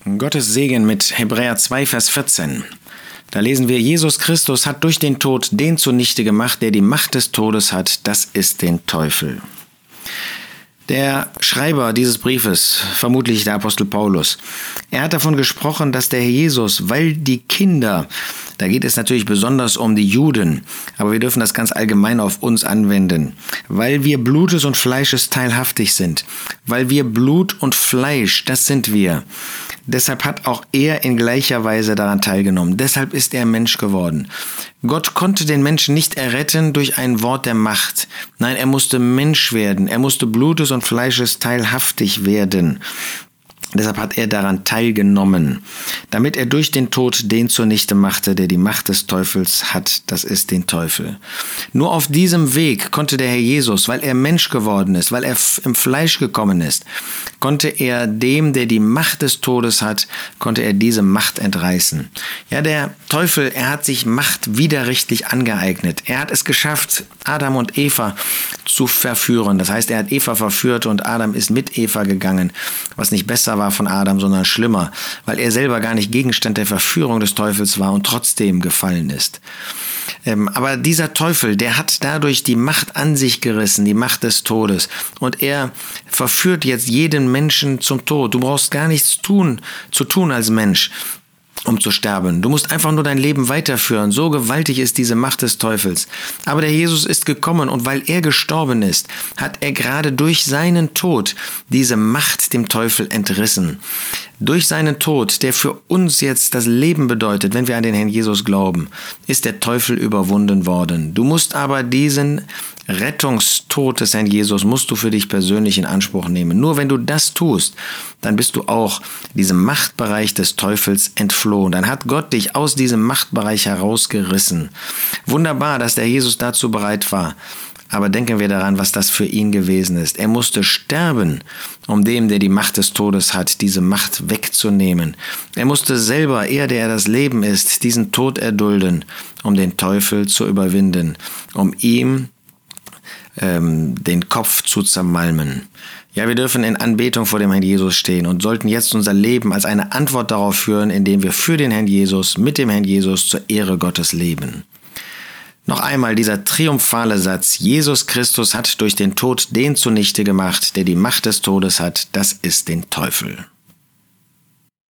Gottes Segen mit Hebräer 2, Vers 14. Da lesen wir, Jesus Christus hat durch den Tod den zunichte gemacht, der die Macht des Todes hat, das ist den Teufel. Der Schreiber dieses Briefes, vermutlich der Apostel Paulus, er hat davon gesprochen, dass der Herr Jesus, weil die Kinder, da geht es natürlich besonders um die Juden, aber wir dürfen das ganz allgemein auf uns anwenden, weil wir Blutes und Fleisches teilhaftig sind, weil wir Blut und Fleisch, das sind wir. Deshalb hat auch er in gleicher Weise daran teilgenommen. Deshalb ist er Mensch geworden. Gott konnte den Menschen nicht erretten durch ein Wort der Macht. Nein, er musste Mensch werden. Er musste Blutes und Fleisches teilhaftig werden. Deshalb hat er daran teilgenommen, damit er durch den Tod den zunichte machte, der die Macht des Teufels hat, das ist den Teufel. Nur auf diesem Weg konnte der Herr Jesus, weil er Mensch geworden ist, weil er im Fleisch gekommen ist, konnte er dem, der die Macht des Todes hat, konnte er diese Macht entreißen. Ja, der Teufel, er hat sich Macht widerrechtlich angeeignet. Er hat es geschafft, Adam und Eva zu verführen. Das heißt, er hat Eva verführt und Adam ist mit Eva gegangen, was nicht besser war von Adam, sondern schlimmer, weil er selber gar nicht Gegenstand der Verführung des Teufels war und trotzdem gefallen ist. Aber dieser Teufel, der hat dadurch die Macht an sich gerissen, die Macht des Todes. Und er verführt jetzt jeden Menschen zum Tod. Du brauchst gar nichts zu tun als Mensch, um zu sterben. Du musst einfach nur dein Leben weiterführen. So gewaltig ist diese Macht des Teufels. Aber der Jesus ist gekommen und weil er gestorben ist, hat er gerade durch seinen Tod diese Macht dem Teufel entrissen. Durch seinen Tod, der für uns jetzt das Leben bedeutet, wenn wir an den Herrn Jesus glauben, ist der Teufel überwunden worden. Du musst aber diesen Rettungstod des Herrn Jesus musst du für dich persönlich in Anspruch nehmen. Nur wenn du das tust, dann bist du auch diesem Machtbereich des Teufels entflohen. Dann hat Gott dich aus diesem Machtbereich herausgerissen. Wunderbar, dass der Jesus dazu bereit war. Aber denken wir daran, was das für ihn gewesen ist. Er musste sterben, um dem, der die Macht des Todes hat, diese Macht wegzunehmen. Er musste selber, er, der das Leben ist, diesen Tod erdulden, um den Teufel zu überwinden, um ihm den Kopf zu zermalmen. Ja, wir dürfen in Anbetung vor dem Herrn Jesus stehen und sollten jetzt unser Leben als eine Antwort darauf führen, indem wir für den Herrn Jesus, mit dem Herrn Jesus zur Ehre Gottes leben. Noch einmal dieser triumphale Satz, Jesus Christus hat durch den Tod den zunichte gemacht, der die Macht des Todes hat, das ist den Teufel.